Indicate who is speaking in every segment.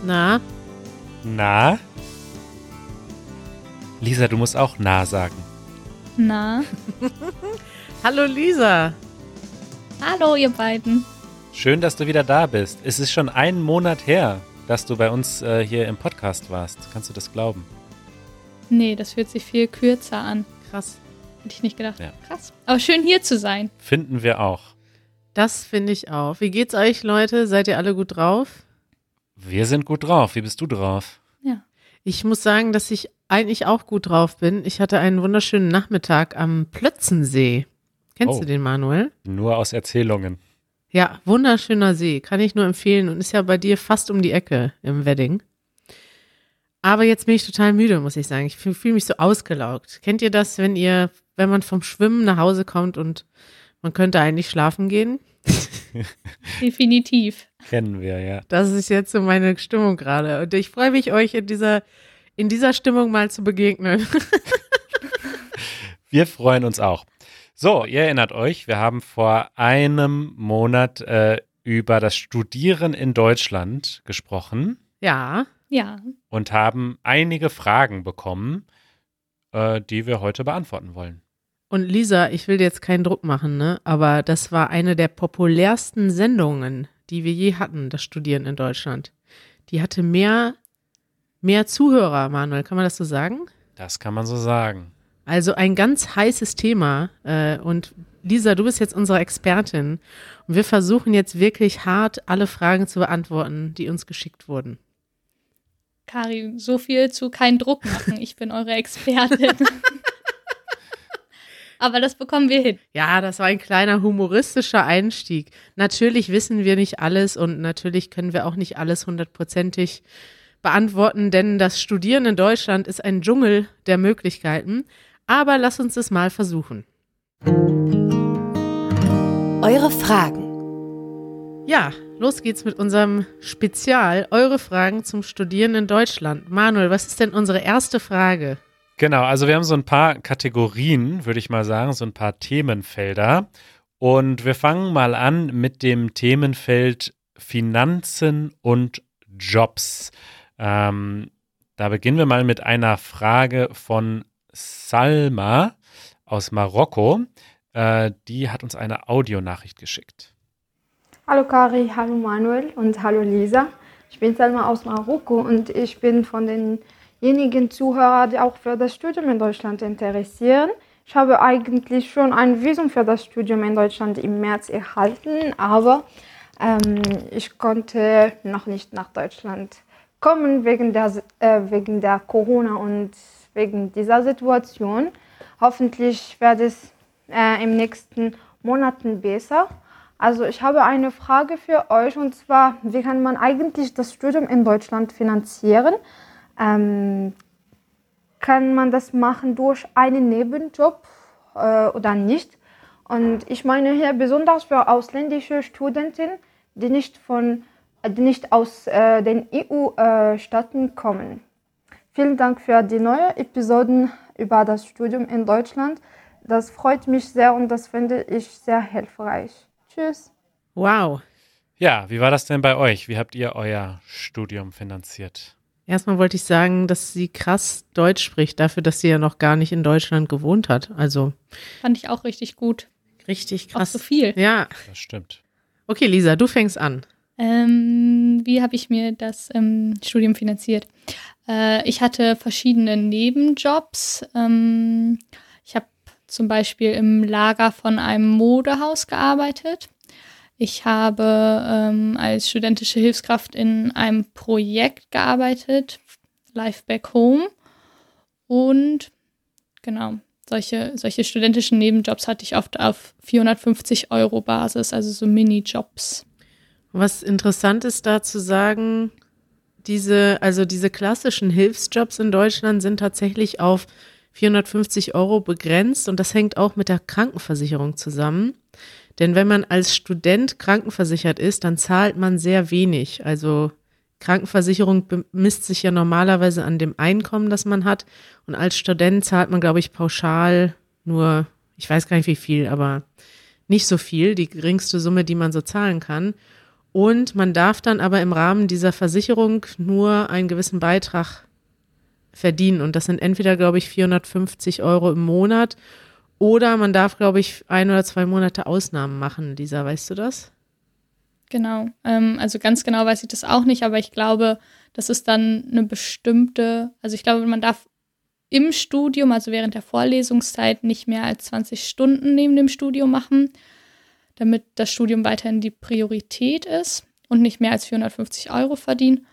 Speaker 1: Na?
Speaker 2: Na? Lisa, du musst auch na sagen.
Speaker 3: Na?
Speaker 1: Hallo Lisa.
Speaker 3: Hallo, ihr beiden.
Speaker 2: Schön, dass du wieder da bist. Es ist schon 1 Monat her, dass du bei uns hier im Podcast warst. Kannst du das glauben?
Speaker 3: Nee, das fühlt sich viel kürzer an.
Speaker 1: Krass.
Speaker 3: Hätte ich nicht gedacht.
Speaker 2: Ja.
Speaker 3: Krass. Aber schön hier zu sein.
Speaker 2: Finden wir auch.
Speaker 1: Das finde ich auch. Wie geht's euch, Leute? Seid ihr alle gut drauf?
Speaker 2: Wir sind gut drauf. Wie bist du drauf?
Speaker 3: Ja.
Speaker 1: Ich muss sagen, dass ich eigentlich auch gut drauf bin. Ich hatte einen wunderschönen Nachmittag am Plötzensee. Kennst
Speaker 2: Oh.
Speaker 1: du den, Manuel?
Speaker 2: Nur aus Erzählungen.
Speaker 1: Ja, wunderschöner See. Kann ich nur empfehlen und ist ja bei dir fast um die Ecke im Wedding. Aber jetzt bin ich total müde, muss ich sagen. Ich fühle mich so ausgelaugt. Kennt ihr das, wenn man vom Schwimmen nach Hause kommt und man könnte eigentlich schlafen gehen?
Speaker 3: Definitiv.
Speaker 2: Kennen wir, ja.
Speaker 1: Das ist jetzt so meine Stimmung gerade. Und ich freue mich, euch in dieser Stimmung mal zu begegnen.
Speaker 2: Wir freuen uns auch. So, ihr erinnert euch, wir haben vor einem Monat über das Studieren in Deutschland gesprochen
Speaker 1: Ja.
Speaker 3: Ja.
Speaker 2: und haben einige Fragen bekommen, die wir heute beantworten wollen.
Speaker 1: Und Lisa, ich will dir jetzt keinen Druck machen, ne? Aber das war eine der populärsten Sendungen, die wir je hatten, das Studieren in Deutschland. Die hatte mehr Zuhörer, Manuel, kann man das so sagen?
Speaker 2: Das kann man so sagen.
Speaker 1: Also ein ganz heißes Thema. Und Lisa, du bist jetzt unsere Expertin. Und wir versuchen jetzt wirklich hart, alle Fragen zu beantworten, die uns geschickt wurden.
Speaker 3: Kari, so viel zu keinen Druck machen. Ich bin eure Expertin. Aber das bekommen wir hin.
Speaker 1: Ja, das war ein kleiner humoristischer Einstieg. Natürlich wissen wir nicht alles und natürlich können wir auch nicht alles 100%ig beantworten, denn das Studieren in Deutschland ist ein Dschungel der Möglichkeiten. Aber lass uns es mal versuchen.
Speaker 4: Eure Fragen.
Speaker 1: Ja, los geht's mit unserem Spezial. Eure Fragen zum Studieren in Deutschland. Manuel, was ist denn unsere erste Frage?
Speaker 2: Genau, also wir haben so ein paar Kategorien, würde ich mal sagen, so ein paar Themenfelder. Und wir fangen mal an mit dem Themenfeld Finanzen und Jobs. Da beginnen wir mal mit einer Frage von Salma aus Marokko. Die hat uns eine Audionachricht geschickt.
Speaker 5: Hallo Kari, hallo Manuel und hallo Lisa. Ich bin Salma aus Marokko und ich bin von denjenigen Zuhörern, die auch für das Studium in Deutschland interessieren. Ich habe eigentlich schon ein Visum für das Studium in Deutschland im März erhalten, aber ich konnte noch nicht nach Deutschland kommen wegen der Corona und wegen dieser Situation. Hoffentlich wird es im nächsten Monaten besser. Also ich habe eine Frage für euch und zwar, wie kann man eigentlich das Studium in Deutschland finanzieren? Kann man das machen durch einen Nebenjob oder nicht? Und ich meine hier besonders für ausländische Studenten, die nicht aus den EU-Staaten kommen. Vielen Dank für die neuen Episoden über das Studium in Deutschland. Das freut mich sehr und das finde ich sehr hilfreich. Tschüss.
Speaker 1: Wow.
Speaker 2: Ja, wie war das denn bei euch? Wie habt ihr euer Studium finanziert?
Speaker 1: Erstmal wollte ich sagen, dass sie krass Deutsch spricht, dafür, dass sie ja noch gar nicht in Deutschland gewohnt hat. Also
Speaker 3: Fand ich auch richtig gut.
Speaker 1: richtig
Speaker 3: Auch
Speaker 1: krass.
Speaker 3: so viel.
Speaker 1: Ja.
Speaker 2: Das stimmt.
Speaker 1: Okay, Lisa, du fängst an.
Speaker 3: Wie habe ich mir das Studium finanziert? Ich hatte verschiedene Nebenjobs. Ich habe zum Beispiel im Lager von einem Modehaus gearbeitet. Ich habe als studentische Hilfskraft in einem Projekt gearbeitet, Life Back Home. Und genau, solche studentischen Nebenjobs hatte ich oft auf 450 € Basis, also so Minijobs.
Speaker 1: Was interessant ist da zu sagen, diese klassischen Hilfsjobs in Deutschland sind tatsächlich auf 450 € begrenzt und das hängt auch mit der Krankenversicherung zusammen. Denn wenn man als Student krankenversichert ist, dann zahlt man sehr wenig. Also Krankenversicherung bemisst sich ja normalerweise an dem Einkommen, das man hat. Und als Student zahlt man, glaube ich, pauschal nur, ich weiß gar nicht wie viel, aber nicht so viel, die geringste Summe, die man so zahlen kann. Und man darf dann aber im Rahmen dieser Versicherung nur einen gewissen Beitrag verdienen. Und das sind entweder, glaube ich, 450 € im Monat oder man darf, glaube ich, 1 oder 2 Monate Ausnahmen machen. Lisa, weißt du das?
Speaker 3: Genau. Also ganz genau weiß ich das auch nicht, aber ich glaube, das ist dann eine bestimmte, also ich glaube, man darf im Studium, also während der Vorlesungszeit, nicht mehr als 20 Stunden neben dem Studium machen, damit das Studium weiterhin die Priorität ist und nicht mehr als 450 € verdienen.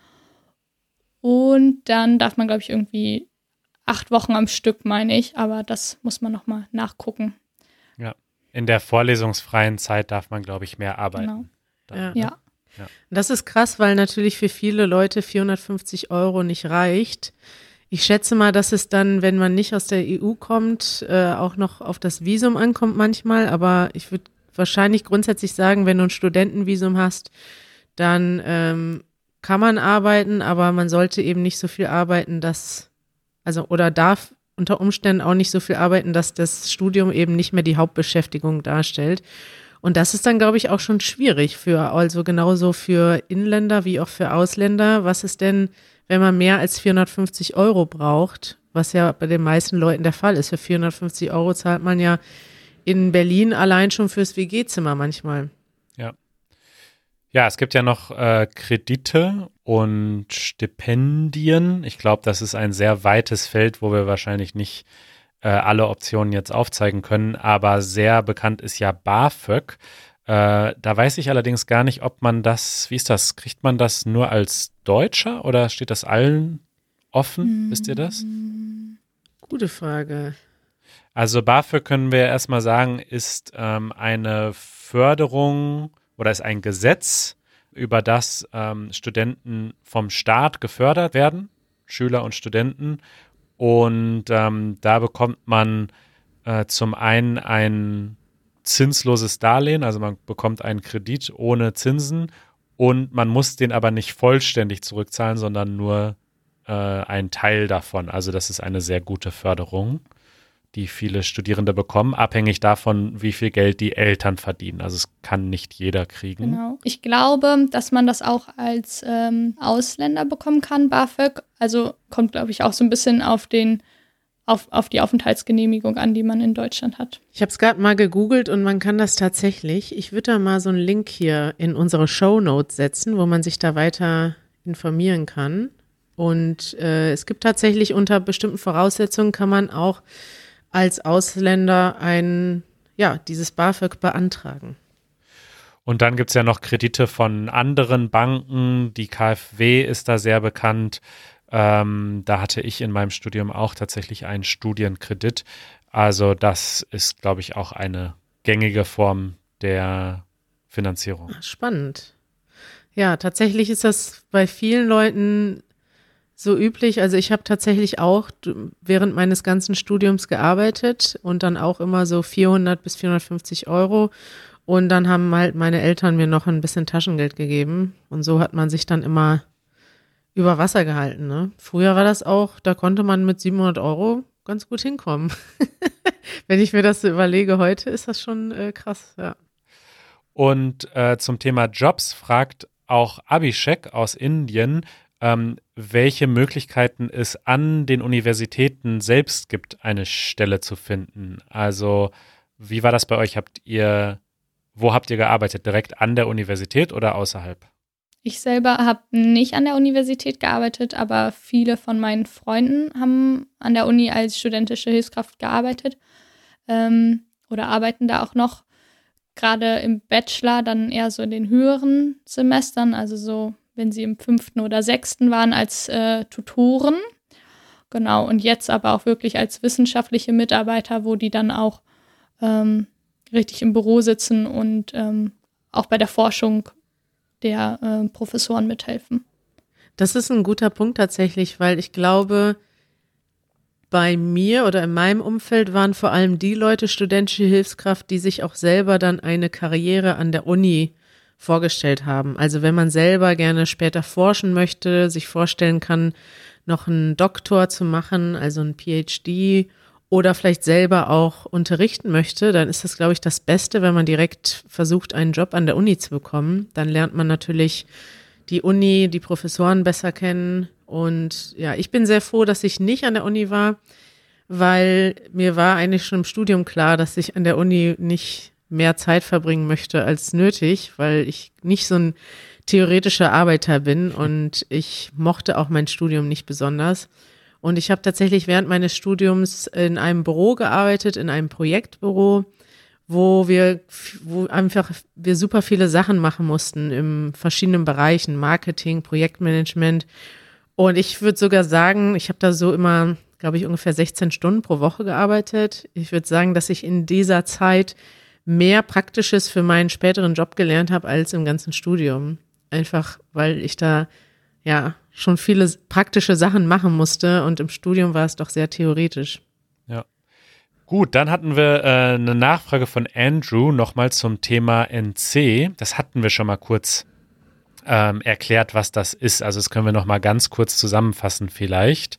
Speaker 3: Und dann darf man, glaube ich, irgendwie 8 Wochen am Stück, meine ich, aber das muss man nochmal nachgucken.
Speaker 2: Ja, in der vorlesungsfreien Zeit darf man, glaube ich, mehr arbeiten.
Speaker 3: Genau.
Speaker 2: Dann,
Speaker 3: Ja.
Speaker 1: Das ist krass, weil natürlich für viele Leute 450 € nicht reicht. Ich schätze mal, dass es dann, wenn man nicht aus der EU kommt, auch noch auf das Visum ankommt manchmal. Aber ich würde wahrscheinlich grundsätzlich sagen, wenn du ein Studentenvisum hast, dann kann man arbeiten, aber man sollte eben nicht so viel arbeiten, oder darf unter Umständen auch nicht so viel arbeiten, dass das Studium eben nicht mehr die Hauptbeschäftigung darstellt. Und das ist dann, glaube ich, auch schon schwierig also genauso für Inländer wie auch für Ausländer. Was ist denn, wenn man mehr als 450 € braucht, was ja bei den meisten Leuten der Fall ist? Für 450 € zahlt man ja in Berlin allein schon fürs WG-Zimmer manchmal.
Speaker 2: Ja, es gibt ja noch Kredite und Stipendien. Ich glaube, das ist ein sehr weites Feld, wo wir wahrscheinlich nicht alle Optionen jetzt aufzeigen können, aber sehr bekannt ist ja BAföG. Da weiß ich allerdings gar nicht, ob man das, wie ist das, kriegt man das nur als Deutscher oder steht das allen offen? Wisst ihr das?
Speaker 1: Gute Frage.
Speaker 2: Also BAföG können wir erstmal sagen, ist eine Förderung oder ist ein Gesetz, über das Studenten vom Staat gefördert werden, Schüler und Studenten. Und da bekommt man zum einen ein zinsloses Darlehen, also man bekommt einen Kredit ohne Zinsen und man muss den aber nicht vollständig zurückzahlen, sondern nur einen Teil davon. Also das ist eine sehr gute Förderung, die viele Studierende bekommen, abhängig davon, wie viel Geld die Eltern verdienen. Also es kann nicht jeder kriegen.
Speaker 3: Genau. Ich glaube, dass man das auch als Ausländer bekommen kann, BAföG. Also kommt, glaube ich, auch so ein bisschen auf die Aufenthaltsgenehmigung an, die man in Deutschland hat.
Speaker 1: Ich habe es gerade mal gegoogelt und man kann das tatsächlich. Ich würde da mal so einen Link hier in unsere Shownotes setzen, wo man sich da weiter informieren kann. Und es gibt tatsächlich unter bestimmten Voraussetzungen kann man auch als Ausländer dieses BAföG beantragen.
Speaker 2: Und dann gibt es ja noch Kredite von anderen Banken. Die KfW ist da sehr bekannt. Da hatte ich in meinem Studium auch tatsächlich einen Studienkredit. Also das ist, glaube ich, auch eine gängige Form der Finanzierung.
Speaker 1: Spannend. Ja, tatsächlich ist das bei vielen Leuten so üblich. Also ich habe tatsächlich auch während meines ganzen Studiums gearbeitet und dann auch immer so 400 bis 450 €. Und dann haben halt meine Eltern mir noch ein bisschen Taschengeld gegeben. Und so hat man sich dann immer über Wasser gehalten. Ne? Früher war das auch, da konnte man mit 700 € ganz gut hinkommen. Wenn ich mir das so überlege heute, ist das schon krass, ja.
Speaker 2: Und zum Thema Jobs fragt auch Abhishek aus Indien, welche Möglichkeiten es an den Universitäten selbst gibt, eine Stelle zu finden. Also wie war das bei euch? Wo habt ihr gearbeitet? Direkt an der Universität oder außerhalb?
Speaker 3: Ich selber habe nicht an der Universität gearbeitet, aber viele von meinen Freunden haben an der Uni als studentische Hilfskraft gearbeitet oder arbeiten da auch noch. Gerade im Bachelor, dann eher so in den höheren Semestern, also so, wenn sie im 5. oder 6. waren als Tutoren. Genau, und jetzt aber auch wirklich als wissenschaftliche Mitarbeiter, wo die dann auch richtig im Büro sitzen und auch bei der Forschung der Professoren mithelfen.
Speaker 1: Das ist ein guter Punkt tatsächlich, weil ich glaube, bei mir oder in meinem Umfeld waren vor allem die Leute studentische Hilfskraft, die sich auch selber dann eine Karriere an der Uni vorgestellt haben. Also wenn man selber gerne später forschen möchte, sich vorstellen kann, noch einen Doktor zu machen, also einen PhD oder vielleicht selber auch unterrichten möchte, dann ist das, glaube ich, das Beste, wenn man direkt versucht, einen Job an der Uni zu bekommen. Dann lernt man natürlich die Uni, die Professoren besser kennen. Und ja, ich bin sehr froh, dass ich nicht an der Uni war, weil mir war eigentlich schon im Studium klar, dass ich an der Uni nicht mehr Zeit verbringen möchte als nötig, weil ich nicht so ein theoretischer Arbeiter bin und ich mochte auch mein Studium nicht besonders. Und ich habe tatsächlich während meines Studiums in einem Büro gearbeitet, in einem Projektbüro, wo einfach wir super viele Sachen machen mussten in verschiedenen Bereichen, Marketing, Projektmanagement. Und ich würde sogar sagen, ich habe da so immer, glaube ich, ungefähr 16 Stunden pro Woche gearbeitet. Ich würde sagen, dass ich in dieser Zeit mehr Praktisches für meinen späteren Job gelernt habe als im ganzen Studium. Einfach, weil ich da ja schon viele praktische Sachen machen musste und im Studium war es doch sehr theoretisch.
Speaker 2: Ja. Gut, dann hatten wir eine Nachfrage von Andrew nochmal zum Thema NC. Das hatten wir schon mal kurz erklärt, was das ist. Also das können wir nochmal ganz kurz zusammenfassen vielleicht.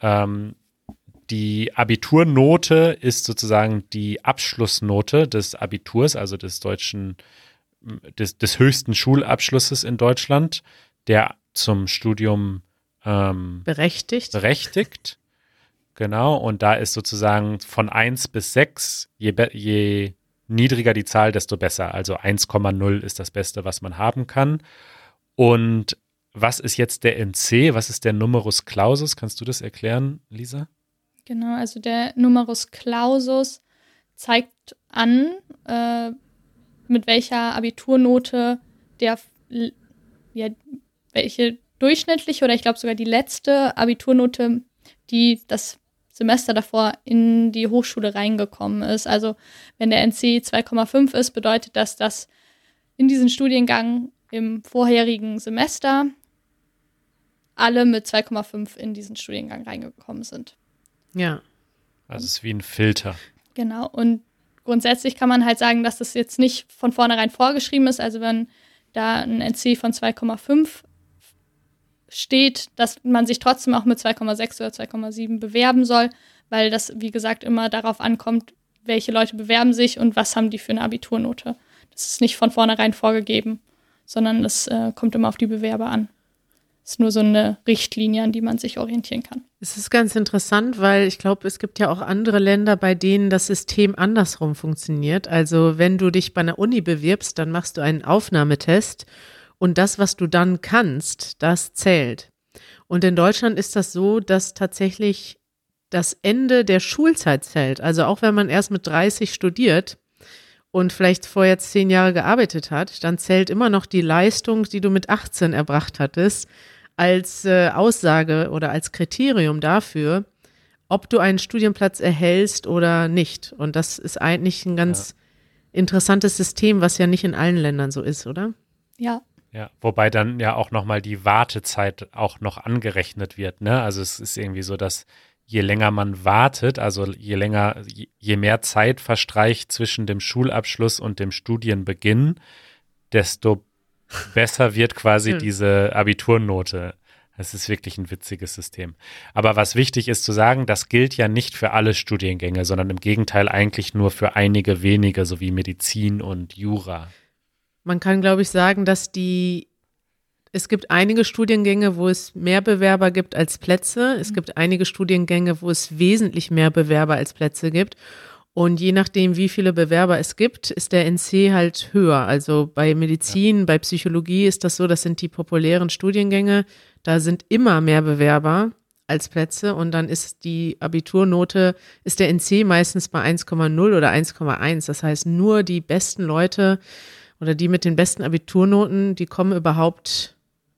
Speaker 2: Die Abiturnote ist sozusagen die Abschlussnote des Abiturs, also des höchsten Schulabschlusses in Deutschland, der zum Studium berechtigt. Genau, und da ist sozusagen von 1 bis 6, je niedriger die Zahl, desto besser. Also 1,0 ist das Beste, was man haben kann. Und was ist jetzt der NC? Was ist der Numerus Clausus? Kannst du das erklären, Lisa?
Speaker 3: Genau, also der Numerus Clausus zeigt an, mit welcher Abiturnote welche durchschnittliche oder ich glaube sogar die letzte Abiturnote, die das Semester davor in die Hochschule reingekommen ist. Also wenn der NC 2,5 ist, bedeutet das, dass in diesen Studiengang im vorherigen Semester alle mit 2,5 in diesen Studiengang reingekommen sind.
Speaker 1: Ja.
Speaker 2: Also es ist wie ein Filter.
Speaker 3: Genau, und grundsätzlich kann man halt sagen, dass das jetzt nicht von vornherein vorgeschrieben ist. Also wenn da ein NC von 2,5 steht, dass man sich trotzdem auch mit 2,6 oder 2,7 bewerben soll, weil das, wie gesagt, immer darauf ankommt, welche Leute bewerben sich und was haben die für eine Abiturnote. Das ist nicht von vornherein vorgegeben, sondern das kommt immer auf die Bewerber an. Das ist nur so eine Richtlinie, an die man sich orientieren kann.
Speaker 1: Es ist ganz interessant, weil ich glaube, es gibt ja auch andere Länder, bei denen das System andersrum funktioniert. Also wenn du dich bei einer Uni bewirbst, dann machst du einen Aufnahmetest und das, was du dann kannst, das zählt. Und in Deutschland ist das so, dass tatsächlich das Ende der Schulzeit zählt. Also auch wenn man erst mit 30 studiert und vielleicht vorher 10 Jahre gearbeitet hat, dann zählt immer noch die Leistung, die du mit 18 erbracht hattest, als Aussage oder als Kriterium dafür, ob du einen Studienplatz erhältst oder nicht. Und das ist eigentlich ein ganz interessantes System, was ja nicht in allen Ländern so ist, oder?
Speaker 3: Ja.
Speaker 2: Ja, wobei dann ja auch nochmal die Wartezeit auch noch angerechnet wird, ne? Also es ist irgendwie so, dass je länger man wartet, also je mehr Zeit verstreicht zwischen dem Schulabschluss und dem Studienbeginn, desto besser wird quasi diese Abiturnote. Das ist wirklich ein witziges System. Aber was wichtig ist zu sagen, das gilt ja nicht für alle Studiengänge, sondern im Gegenteil eigentlich nur für einige wenige, so wie Medizin und Jura.
Speaker 1: Man kann, glaube ich, sagen, dass es gibt einige Studiengänge, wo es mehr Bewerber gibt als Plätze. Es gibt einige Studiengänge, wo es wesentlich mehr Bewerber als Plätze gibt. Und je nachdem, wie viele Bewerber es gibt, ist der NC halt höher. Also bei Medizin, bei Psychologie ist das so, das sind die populären Studiengänge. Da sind immer mehr Bewerber als Plätze und dann ist die Abiturnote, ist der NC meistens bei 1,0 oder 1,1. Das heißt, nur die besten Leute oder die mit den besten Abiturnoten, die können überhaupt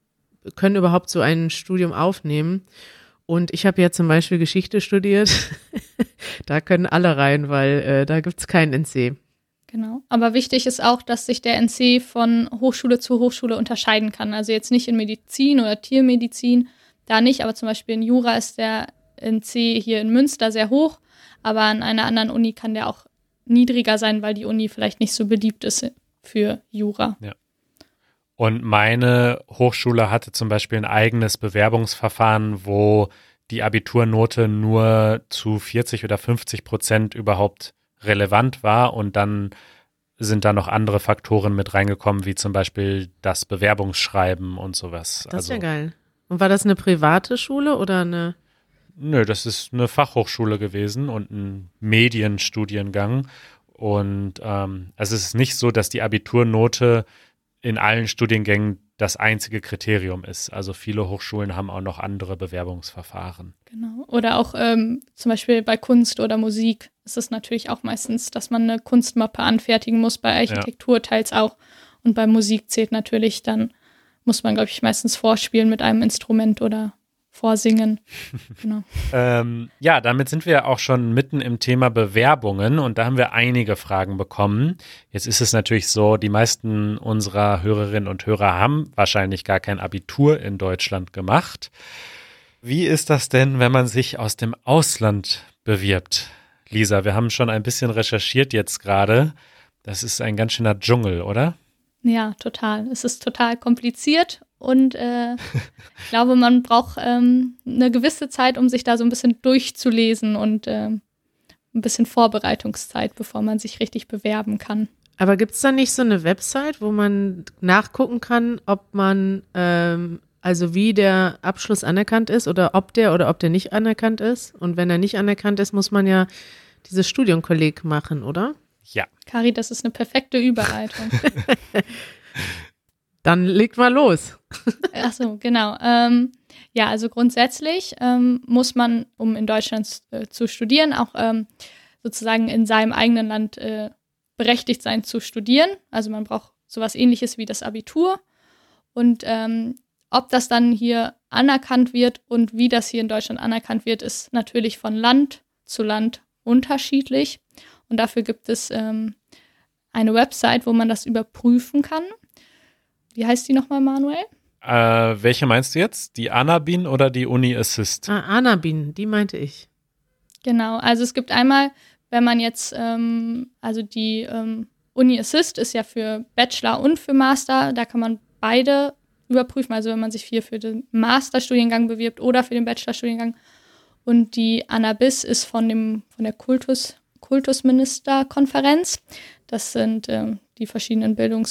Speaker 1: so ein Studium aufnehmen. Und ich habe ja zum Beispiel Geschichte studiert. Da können alle rein, weil da gibt es keinen NC.
Speaker 3: Genau. Aber wichtig ist auch, dass sich der NC von Hochschule zu Hochschule unterscheiden kann. Also jetzt nicht in Medizin oder Tiermedizin, da nicht. Aber zum Beispiel in Jura ist der NC hier in Münster sehr hoch. Aber an einer anderen Uni kann der auch niedriger sein, weil die Uni vielleicht nicht so beliebt ist für Jura.
Speaker 2: Ja. Und meine Hochschule hatte zum Beispiel ein eigenes Bewerbungsverfahren, wo die Abiturnote nur zu 40 oder 50% überhaupt relevant war und dann sind da noch andere Faktoren mit reingekommen, wie zum Beispiel das Bewerbungsschreiben und sowas.
Speaker 1: Das ist ja geil. Und war das eine private Schule oder eine?
Speaker 2: Nö, das ist eine Fachhochschule gewesen und ein Medienstudiengang. Und also es ist nicht so, dass die Abiturnote in allen Studiengängen das einzige Kriterium ist. Also viele Hochschulen haben auch noch andere Bewerbungsverfahren.
Speaker 3: Genau. Oder auch zum Beispiel bei Kunst oder Musik ist es natürlich auch meistens, dass man eine Kunstmappe anfertigen muss, bei Architektur teils auch. Und bei Musik zählt natürlich, dann muss man, glaube ich, meistens vorspielen mit einem Instrument oder vorsingen. Genau.
Speaker 2: Ja, damit sind wir auch schon mitten im Thema Bewerbungen und da haben wir einige Fragen bekommen. Jetzt ist es natürlich so, die meisten unserer Hörerinnen und Hörer haben wahrscheinlich gar kein Abitur in Deutschland gemacht. Wie ist das denn, wenn man sich aus dem Ausland bewirbt? Lisa, wir haben schon ein bisschen recherchiert jetzt gerade. Das ist ein ganz schöner Dschungel, oder?
Speaker 3: Ja, total. Es ist total kompliziert und ich glaube, man braucht eine gewisse Zeit, um sich da so ein bisschen durchzulesen und ein bisschen Vorbereitungszeit, bevor man sich richtig bewerben kann.
Speaker 1: Aber gibt es da nicht so eine Website, wo man nachgucken kann, ob man, also wie der Abschluss anerkannt ist oder ob der nicht anerkannt ist? Und wenn er nicht anerkannt ist, muss man ja dieses Studienkolleg machen, oder?
Speaker 2: Ja.
Speaker 3: Kari, das ist eine perfekte Überleitung.
Speaker 1: Dann legt mal los.
Speaker 3: Ach so, genau. Ja, also grundsätzlich muss man, um in Deutschland zu studieren, auch sozusagen in seinem eigenen Land berechtigt sein zu studieren. Also man braucht sowas Ähnliches wie das Abitur. Und ob das dann hier anerkannt wird und wie das hier in Deutschland anerkannt wird, ist natürlich von Land zu Land unterschiedlich. Und dafür gibt es eine Website, wo man das überprüfen kann. Wie heißt die nochmal, Manuel?
Speaker 2: Welche meinst du jetzt? Die Anabin oder die Uni Assist?
Speaker 1: Anabin, die meinte ich.
Speaker 3: Genau, also es gibt einmal, wenn man jetzt, also die Uni Assist ist ja für Bachelor und für Master, da kann man beide überprüfen, also wenn man sich hier für den Masterstudiengang bewirbt oder für den Bachelorstudiengang. Und die Anabis ist von der Kultusministerkonferenz. Das sind die verschiedenen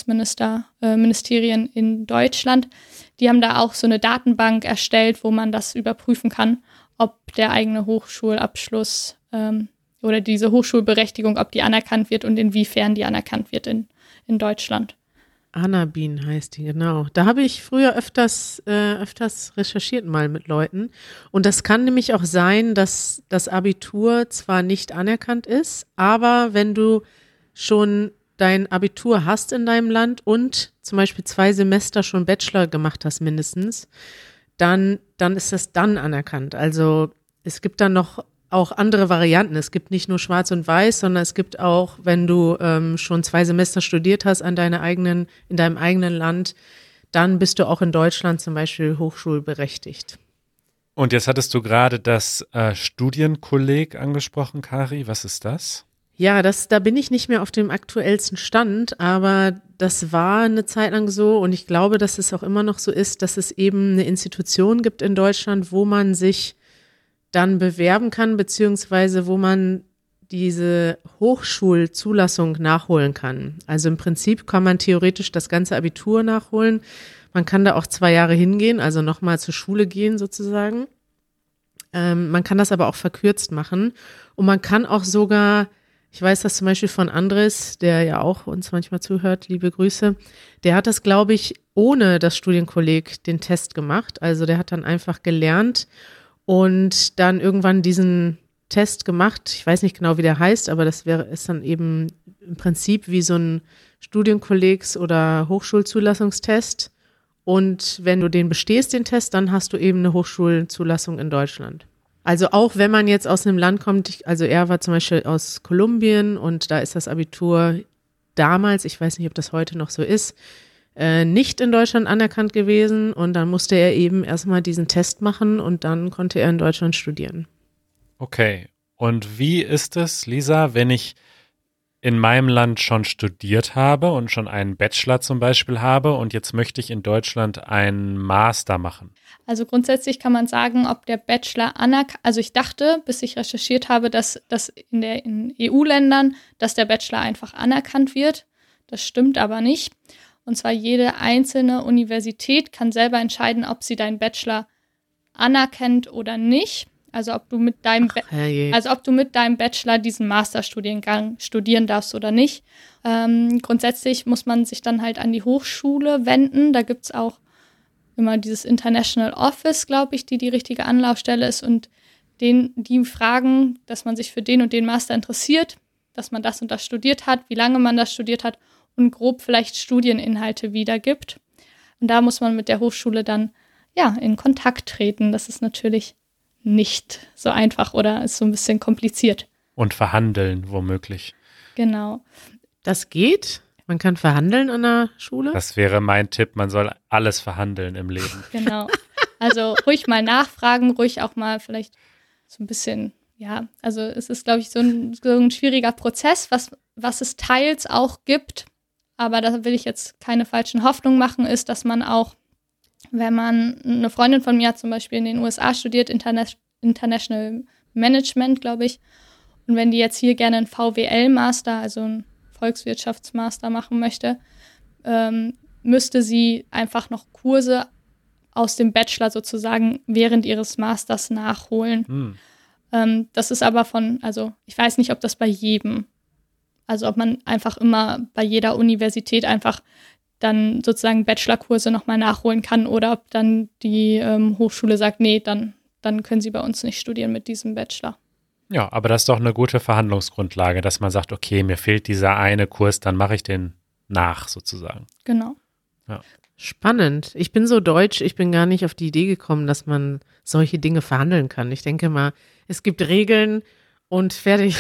Speaker 3: Ministerien in Deutschland. Die haben da auch so eine Datenbank erstellt, wo man das überprüfen kann, ob der eigene Hochschulabschluss oder diese Hochschulberechtigung, ob die anerkannt wird und inwiefern die anerkannt wird in Deutschland.
Speaker 1: Anabin heißt die, genau. Da habe ich früher öfters recherchiert mal mit Leuten. Und das kann nämlich auch sein, dass das Abitur zwar nicht anerkannt ist, aber wenn du schon dein Abitur hast in deinem Land und zum Beispiel 2 Semester schon Bachelor gemacht hast mindestens, dann ist das dann anerkannt. Also es gibt dann noch auch andere Varianten. Es gibt nicht nur Schwarz und Weiß, sondern es gibt auch, wenn du schon 2 Semester studiert hast in deinem eigenen Land, dann bist du auch in Deutschland zum Beispiel hochschulberechtigt.
Speaker 2: Und jetzt hattest du gerade das Studienkolleg angesprochen, Kari. Was ist das?
Speaker 1: Ja, da bin ich nicht mehr auf dem aktuellsten Stand, aber das war eine Zeit lang so und ich glaube, dass es auch immer noch so ist, dass es eben eine Institution gibt in Deutschland, wo man sich dann bewerben kann, beziehungsweise wo man diese Hochschulzulassung nachholen kann. Also im Prinzip kann man theoretisch das ganze Abitur nachholen. Man kann da auch 2 Jahre hingehen, also nochmal zur Schule gehen sozusagen. Man kann das aber auch verkürzt machen und man kann auch sogar, ich weiß das zum Beispiel von Andres, der ja auch uns manchmal zuhört, liebe Grüße, der hat das, glaube ich, ohne das Studienkolleg den Test gemacht. Also der hat dann einfach gelernt und dann irgendwann diesen Test gemacht. Ich weiß nicht genau, wie der heißt, aber ist dann eben im Prinzip wie so ein Studienkollegs- oder Hochschulzulassungstest. Und wenn du den bestehst, den Test, dann hast du eben eine Hochschulzulassung in Deutschland. Also auch wenn man jetzt aus einem Land kommt, also er war zum Beispiel aus Kolumbien und da ist das Abitur damals, ich weiß nicht, ob das heute noch so ist, nicht in Deutschland anerkannt gewesen und dann musste er eben erstmal diesen Test machen und dann konnte er in Deutschland studieren.
Speaker 2: Okay, und wie ist es, Lisa, wenn ich in meinem Land schon studiert habe und schon einen Bachelor zum Beispiel habe und jetzt möchte ich in Deutschland einen Master machen?
Speaker 3: Also grundsätzlich kann man sagen, ob der Bachelor also ich dachte, bis ich recherchiert habe, dass in EU-Ländern, dass der Bachelor einfach anerkannt wird. Das stimmt aber nicht. Und zwar jede einzelne Universität kann selber entscheiden, ob sie deinen Bachelor anerkennt oder nicht. Also ob du mit deinem Bachelor diesen Masterstudiengang studieren darfst oder nicht. Grundsätzlich muss man sich dann halt an die Hochschule wenden. Da gibt es auch immer dieses International Office, glaube ich, die richtige Anlaufstelle ist. Und die fragen, dass man sich für den und den Master interessiert, dass man das und das studiert hat, wie lange man das studiert hat und grob vielleicht Studieninhalte wiedergibt. Und da muss man mit der Hochschule dann in Kontakt treten. Das ist natürlich nicht so einfach oder ist so ein bisschen kompliziert.
Speaker 2: Und verhandeln womöglich.
Speaker 3: Genau.
Speaker 1: Das geht? Man kann verhandeln an der Schule?
Speaker 2: Das wäre mein Tipp, man soll alles verhandeln im Leben.
Speaker 3: Genau. Also ruhig mal nachfragen, ruhig auch mal vielleicht so ein bisschen, also es ist, glaube ich, so ein schwieriger Prozess, was es teils auch gibt, aber da will ich jetzt keine falschen Hoffnungen machen, ist, dass man auch, wenn man, eine Freundin von mir hat zum Beispiel in den USA studiert, International Management, glaube ich, und wenn die jetzt hier gerne einen VWL-Master, also einen Volkswirtschaftsmaster machen möchte, müsste sie einfach noch Kurse aus dem Bachelor sozusagen während ihres Masters nachholen. Das ist aber also ich weiß nicht, ob das bei jedem, also ob man einfach immer bei jeder Universität einfach dann sozusagen Bachelorkurse nochmal nachholen kann oder ob dann die Hochschule sagt, nee, dann können sie bei uns nicht studieren mit diesem Bachelor.
Speaker 2: Ja, aber das ist doch eine gute Verhandlungsgrundlage, dass man sagt, okay, mir fehlt dieser eine Kurs, dann mache ich den nach sozusagen.
Speaker 3: Genau.
Speaker 2: Ja.
Speaker 1: Spannend. Ich bin so deutsch, ich bin gar nicht auf die Idee gekommen, dass man solche Dinge verhandeln kann. Ich denke mal, es gibt Regeln und fertig.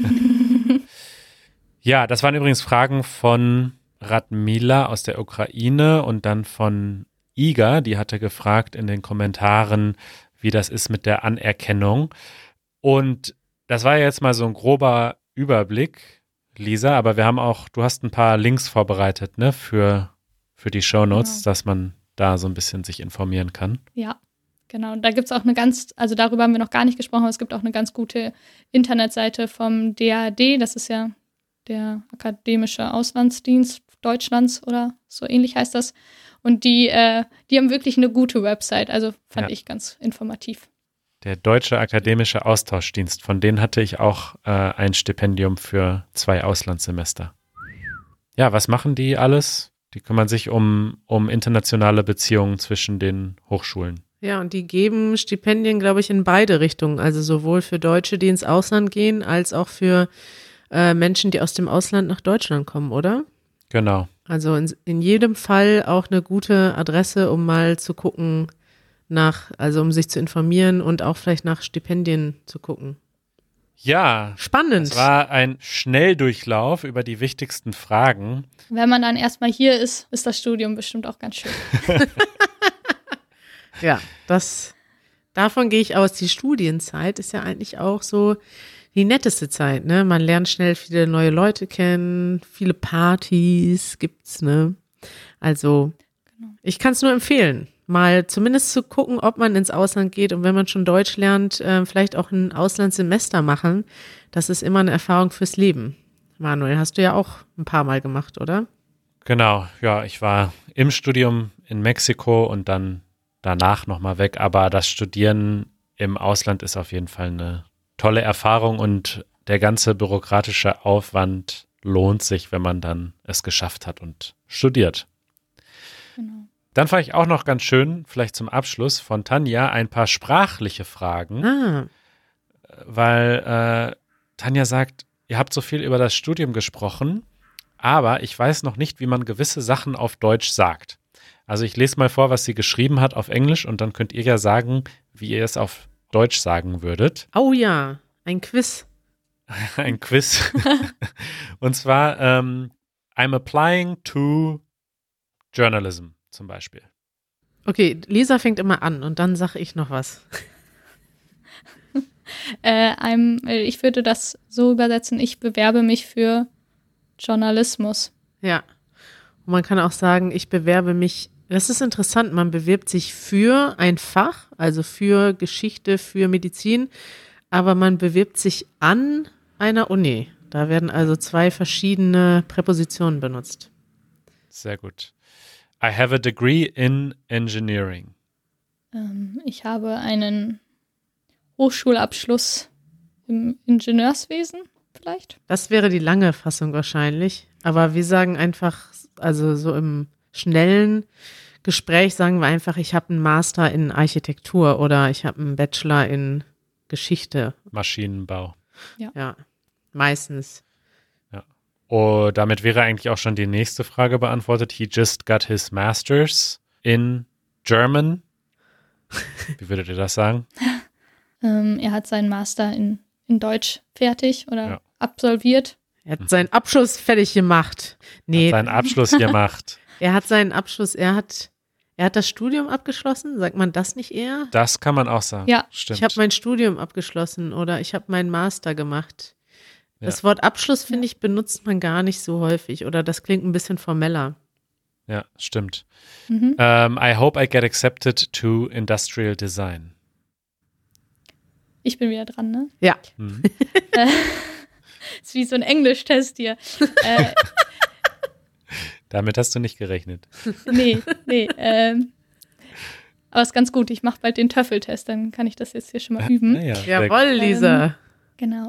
Speaker 2: Ja, das waren übrigens Fragen von Radmila aus der Ukraine und dann von Iga, die hatte gefragt in den Kommentaren, wie das ist mit der Anerkennung. Und das war jetzt mal so ein grober Überblick, Lisa, aber du hast ein paar Links vorbereitet, ne, für die Shownotes, dass man da so ein bisschen sich informieren kann. Ja,
Speaker 3: genau. Und da gibt es auch also darüber haben wir noch gar nicht gesprochen, aber es gibt auch eine ganz gute Internetseite vom DAAD, das ist ja der Akademische Auslandsdienst Deutschlands oder so ähnlich heißt das. Und die haben wirklich eine gute Website, also fand ich ganz informativ.
Speaker 2: Der Deutsche Akademische Austauschdienst, von denen hatte ich auch ein Stipendium für 2 Auslandssemester. Ja, was machen die alles? Die kümmern sich um internationale Beziehungen zwischen den Hochschulen.
Speaker 1: Ja, und die geben Stipendien, glaube ich, in beide Richtungen. Also sowohl für Deutsche, die ins Ausland gehen, als auch für Menschen, die aus dem Ausland nach Deutschland kommen, oder?
Speaker 2: Genau.
Speaker 1: Also in jedem Fall auch eine gute Adresse, um mal zu gucken also um sich zu informieren und auch vielleicht nach Stipendien zu gucken.
Speaker 2: Ja,
Speaker 1: spannend.
Speaker 2: Es war ein Schnelldurchlauf über die wichtigsten Fragen.
Speaker 3: Wenn man dann erstmal hier ist das Studium bestimmt auch ganz schön.
Speaker 1: Ja, davon gehe ich aus. Die Studienzeit ist ja eigentlich auch so die netteste Zeit, ne? Man lernt schnell viele neue Leute kennen, viele Partys gibt's, ne? Also, ich kann es nur empfehlen, mal zumindest zu gucken, ob man ins Ausland geht und wenn man schon Deutsch lernt, vielleicht auch ein Auslandssemester machen. Das ist immer eine Erfahrung fürs Leben. Manuel, hast du ja auch ein paar Mal gemacht, oder?
Speaker 2: Genau, ja, ich war im Studium in Mexiko und dann danach nochmal weg, aber das Studieren im Ausland ist auf jeden Fall eine tolle Erfahrung und der ganze bürokratische Aufwand lohnt sich, wenn man dann es geschafft hat und studiert. Genau. Dann fand ich auch noch ganz schön, vielleicht zum Abschluss von Tanja, ein paar sprachliche Fragen, weil Tanja sagt, ihr habt so viel über das Studium gesprochen, aber ich weiß noch nicht, wie man gewisse Sachen auf Deutsch sagt. Also ich lese mal vor, was sie geschrieben hat auf Englisch und dann könnt ihr ja sagen, wie ihr es auf Deutsch sagen würdet.
Speaker 1: Oh ja, ein Quiz.
Speaker 2: Ein Quiz. Und zwar, I'm applying to journalism zum Beispiel.
Speaker 1: Okay, Lisa fängt immer an und dann sage ich noch was.
Speaker 3: Ich würde das so übersetzen, ich bewerbe mich für Journalismus.
Speaker 1: Ja. Und man kann auch sagen, ich bewerbe mich, das ist interessant, man bewirbt sich für ein Fach, also für Geschichte, für Medizin, aber man bewirbt sich an einer Uni. Da werden also 2 verschiedene Präpositionen benutzt.
Speaker 2: Sehr gut. I have a degree in engineering.
Speaker 3: Ich habe einen Hochschulabschluss im Ingenieurswesen vielleicht.
Speaker 1: Das wäre die lange Fassung wahrscheinlich. Aber wir sagen einfach, also so im schnellen Gespräch sagen wir einfach, ich habe einen Master in Architektur oder ich habe einen Bachelor in Geschichte.
Speaker 2: Maschinenbau.
Speaker 1: Ja, meistens.
Speaker 2: Oh, damit wäre eigentlich auch schon die nächste Frage beantwortet. He just got his master's in German. Wie würdet ihr das sagen?
Speaker 3: Er hat seinen Master in Deutsch fertig oder absolviert.
Speaker 1: Er hat seinen Abschluss fertig gemacht. Nee,
Speaker 2: Hat seinen Abschluss gemacht.
Speaker 1: er hat seinen Abschluss, er hat das Studium abgeschlossen. Sagt man das nicht eher?
Speaker 2: Das kann man auch sagen.
Speaker 3: Ja.
Speaker 2: Stimmt.
Speaker 1: Ich habe mein Studium abgeschlossen oder ich habe meinen Master gemacht.
Speaker 2: Ja.
Speaker 1: Das Wort Abschluss, finde ich, benutzt man gar nicht so häufig oder das klingt ein bisschen formeller.
Speaker 2: Ja, stimmt.
Speaker 3: Mhm.
Speaker 2: I hope I get accepted to industrial design.
Speaker 3: Ich bin wieder dran, ne?
Speaker 1: Ja.
Speaker 2: Mhm.
Speaker 3: Ist wie so ein Englischtest hier.
Speaker 2: Damit hast du nicht gerechnet.
Speaker 3: Nee. Aber ist ganz gut. Ich mache bald den Töffeltest, dann kann ich das jetzt hier schon mal üben.
Speaker 2: Naja, sehr
Speaker 1: Jawohl, Lisa.
Speaker 3: Genau.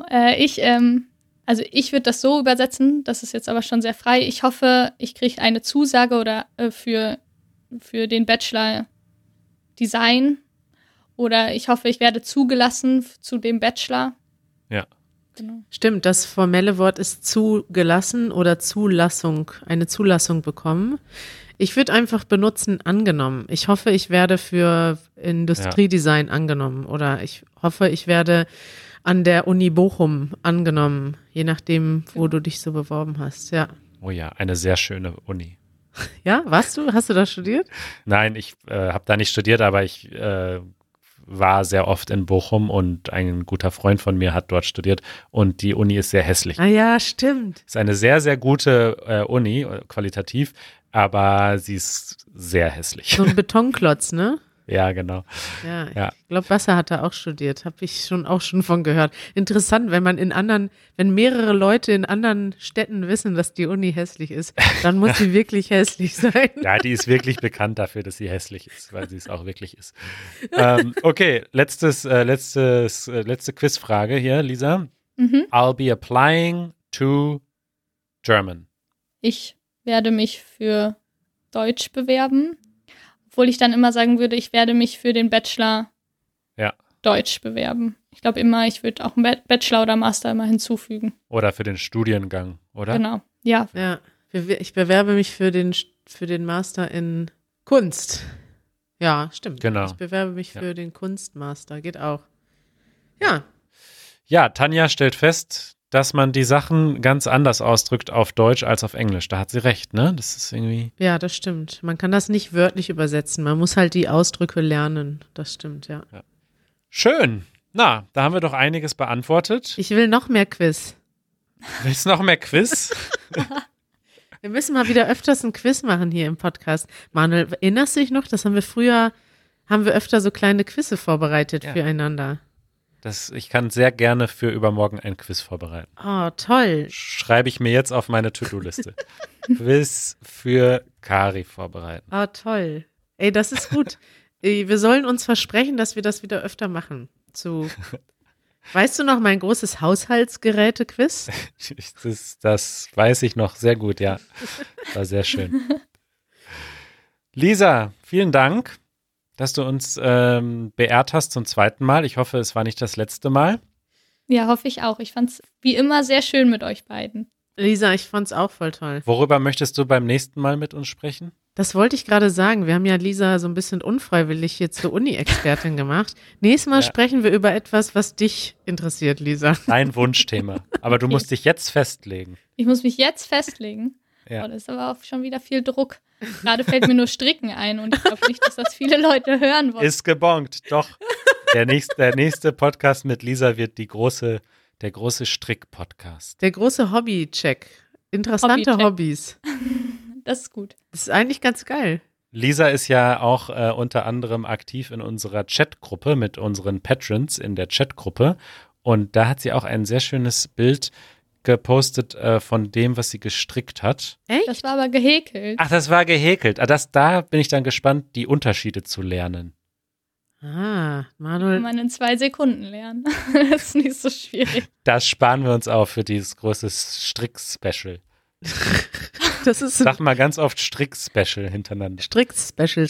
Speaker 3: Ich würde das so übersetzen, das ist jetzt aber schon sehr frei. Ich hoffe, ich kriege eine Zusage oder für den Bachelor Design oder ich hoffe, ich werde zugelassen zu dem Bachelor.
Speaker 2: Ja.
Speaker 3: Genau.
Speaker 1: Stimmt, das formelle Wort ist zugelassen oder Zulassung, eine Zulassung bekommen. Ich würde einfach benutzen angenommen. Ich hoffe, ich werde für Industriedesign angenommen oder ich hoffe, ich werde an der Uni Bochum angenommen, je nachdem, wo du dich so beworben hast, ja.
Speaker 2: Oh ja, eine sehr schöne Uni.
Speaker 1: Ja, warst du? Hast du da studiert?
Speaker 2: Nein, ich habe da nicht studiert, aber ich war sehr oft in Bochum und ein guter Freund von mir hat dort studiert und die Uni ist sehr hässlich.
Speaker 1: Ah ja, stimmt.
Speaker 2: Ist eine sehr, sehr gute Uni, qualitativ, aber sie ist sehr hässlich.
Speaker 1: So ein Betonklotz, ne?
Speaker 2: Ja, genau.
Speaker 1: Ja,
Speaker 2: Ja.
Speaker 1: ich glaube, Wasser hat er auch studiert, habe ich auch schon von gehört. Interessant, wenn mehrere Leute in anderen Städten wissen, dass die Uni hässlich ist, dann muss sie wirklich hässlich sein.
Speaker 2: Ja, die ist wirklich bekannt dafür, dass sie hässlich ist, weil sie es auch wirklich ist. Okay, letzte Quizfrage hier, Lisa.
Speaker 3: Mhm.
Speaker 2: I'll be applying to German.
Speaker 3: Ich werde mich für Deutsch bewerben, obwohl ich dann immer sagen würde, ich werde mich für den Bachelor Deutsch bewerben. Ich glaube immer, ich würde auch einen Bachelor oder Master immer hinzufügen.
Speaker 2: Oder für den Studiengang, oder?
Speaker 3: Genau, ja.
Speaker 1: Ja, ich bewerbe mich für den Master in Kunst. Ja, stimmt.
Speaker 2: Genau.
Speaker 1: Ich bewerbe mich für den Kunstmaster, geht auch. Ja.
Speaker 2: Ja, Tanja stellt fest, dass man die Sachen ganz anders ausdrückt auf Deutsch als auf Englisch. Da hat sie recht, ne? Das ist irgendwie.
Speaker 1: Ja, das stimmt. Man kann das nicht wörtlich übersetzen. Man muss halt die Ausdrücke lernen. Das stimmt, ja.
Speaker 2: Schön. Na, da haben wir doch einiges beantwortet.
Speaker 1: Ich will noch mehr Quiz.
Speaker 2: Willst du noch mehr Quiz?
Speaker 1: Wir müssen mal wieder öfters ein Quiz machen hier im Podcast. Manuel, erinnerst du dich noch? Das haben wir öfter so kleine Quizze vorbereitet füreinander.
Speaker 2: Ich kann sehr gerne für übermorgen ein Quiz vorbereiten.
Speaker 1: Oh, toll.
Speaker 2: Schreibe ich mir jetzt auf meine To-Do-Liste. Quiz für Kari vorbereiten.
Speaker 1: Oh, toll. Ey, das ist gut. Wir sollen uns versprechen, dass wir das wieder öfter machen. Weißt du noch mein großes Haushaltsgeräte-Quiz?
Speaker 2: Das weiß ich noch sehr gut, ja. War sehr schön. Lisa, vielen Dank, dass du uns beehrt hast zum 2. Mal. Ich hoffe, es war nicht das letzte Mal.
Speaker 3: Ja, hoffe ich auch. Ich fand es wie immer sehr schön mit euch beiden.
Speaker 1: Lisa, ich fand's auch voll toll.
Speaker 2: Worüber möchtest du beim nächsten Mal mit uns sprechen?
Speaker 1: Das wollte ich gerade sagen. Wir haben ja Lisa so ein bisschen unfreiwillig hier zur Uni-Expertin gemacht. Nächstes Mal sprechen wir über etwas, was dich interessiert, Lisa.
Speaker 2: Dein Wunschthema. Aber du musst dich jetzt festlegen.
Speaker 3: Ich muss mich jetzt festlegen.
Speaker 2: Ja.
Speaker 3: Oh, das ist aber auch schon wieder viel Druck. Gerade fällt mir nur Stricken ein und ich glaube nicht, dass das viele Leute hören wollen.
Speaker 2: Ist gebongt, doch. Der nächste Podcast mit Lisa wird der große Strick-Podcast.
Speaker 1: Der große Hobby-Check. interessante Hobbys.
Speaker 3: Das ist gut.
Speaker 1: Das ist eigentlich ganz geil.
Speaker 2: Lisa ist ja auch unter anderem aktiv in unserer Chatgruppe mit unseren Patrons in der Chatgruppe. Und da hat sie auch ein sehr schönes Bild gepostet von dem, was sie gestrickt hat.
Speaker 1: Echt?
Speaker 3: Das war aber gehäkelt.
Speaker 2: Ach, das war gehäkelt. Da bin ich dann gespannt, die Unterschiede zu lernen.
Speaker 3: Kann
Speaker 1: Manuel.
Speaker 3: man in 2 Sekunden lernen. Das ist nicht so schwierig.
Speaker 2: Das sparen wir uns auf für dieses große Strick-Special.
Speaker 1: Das ist
Speaker 2: Sag mal ganz oft Strick-Special hintereinander.
Speaker 1: Strick-Special.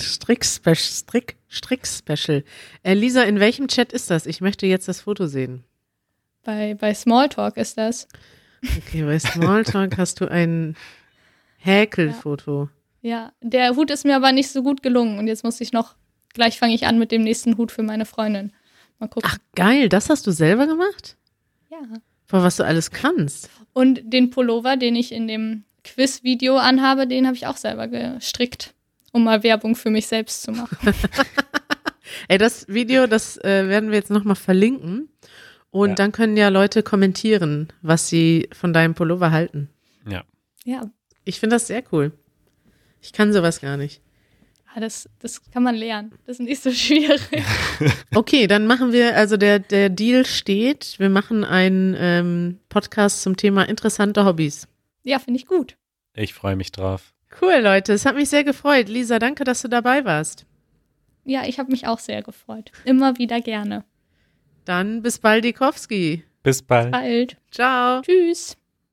Speaker 1: Lisa, in welchem Chat ist das? Ich möchte jetzt das Foto sehen.
Speaker 3: Bei Smalltalk ist das.
Speaker 1: Okay, bei Smalltalk hast du ein Häkelfoto.
Speaker 3: Ja, der Hut ist mir aber nicht so gut gelungen. Und jetzt muss ich gleich fange ich an mit dem nächsten Hut für meine Freundin. Mal gucken.
Speaker 1: Ach, geil, das hast du selber gemacht?
Speaker 3: Ja.
Speaker 1: Boah, was du alles kannst.
Speaker 3: Und den Pullover, den ich in dem Quiz-Video anhabe, den habe ich auch selber gestrickt, um mal Werbung für mich selbst zu machen.
Speaker 1: Ey, das Video, das werden wir jetzt nochmal verlinken. Und dann können ja Leute kommentieren, was sie von deinem Pullover halten.
Speaker 2: Ja.
Speaker 3: Ja,
Speaker 1: Ich finde das sehr cool. Ich kann sowas gar nicht.
Speaker 3: das kann man lernen. Das ist nicht so schwierig.
Speaker 1: Okay, dann machen wir, also der Deal steht, wir machen einen Podcast zum Thema interessante Hobbys.
Speaker 3: Ja, finde ich gut.
Speaker 2: Ich freue mich drauf.
Speaker 1: Cool, Leute, es hat mich sehr gefreut. Lisa, danke, dass du dabei warst.
Speaker 3: Ja, ich habe mich auch sehr gefreut. Immer wieder gerne.
Speaker 1: Dann bis bald, Dikowski.
Speaker 2: Bis bald.
Speaker 3: Bald.
Speaker 1: Ciao.
Speaker 3: Tschüss.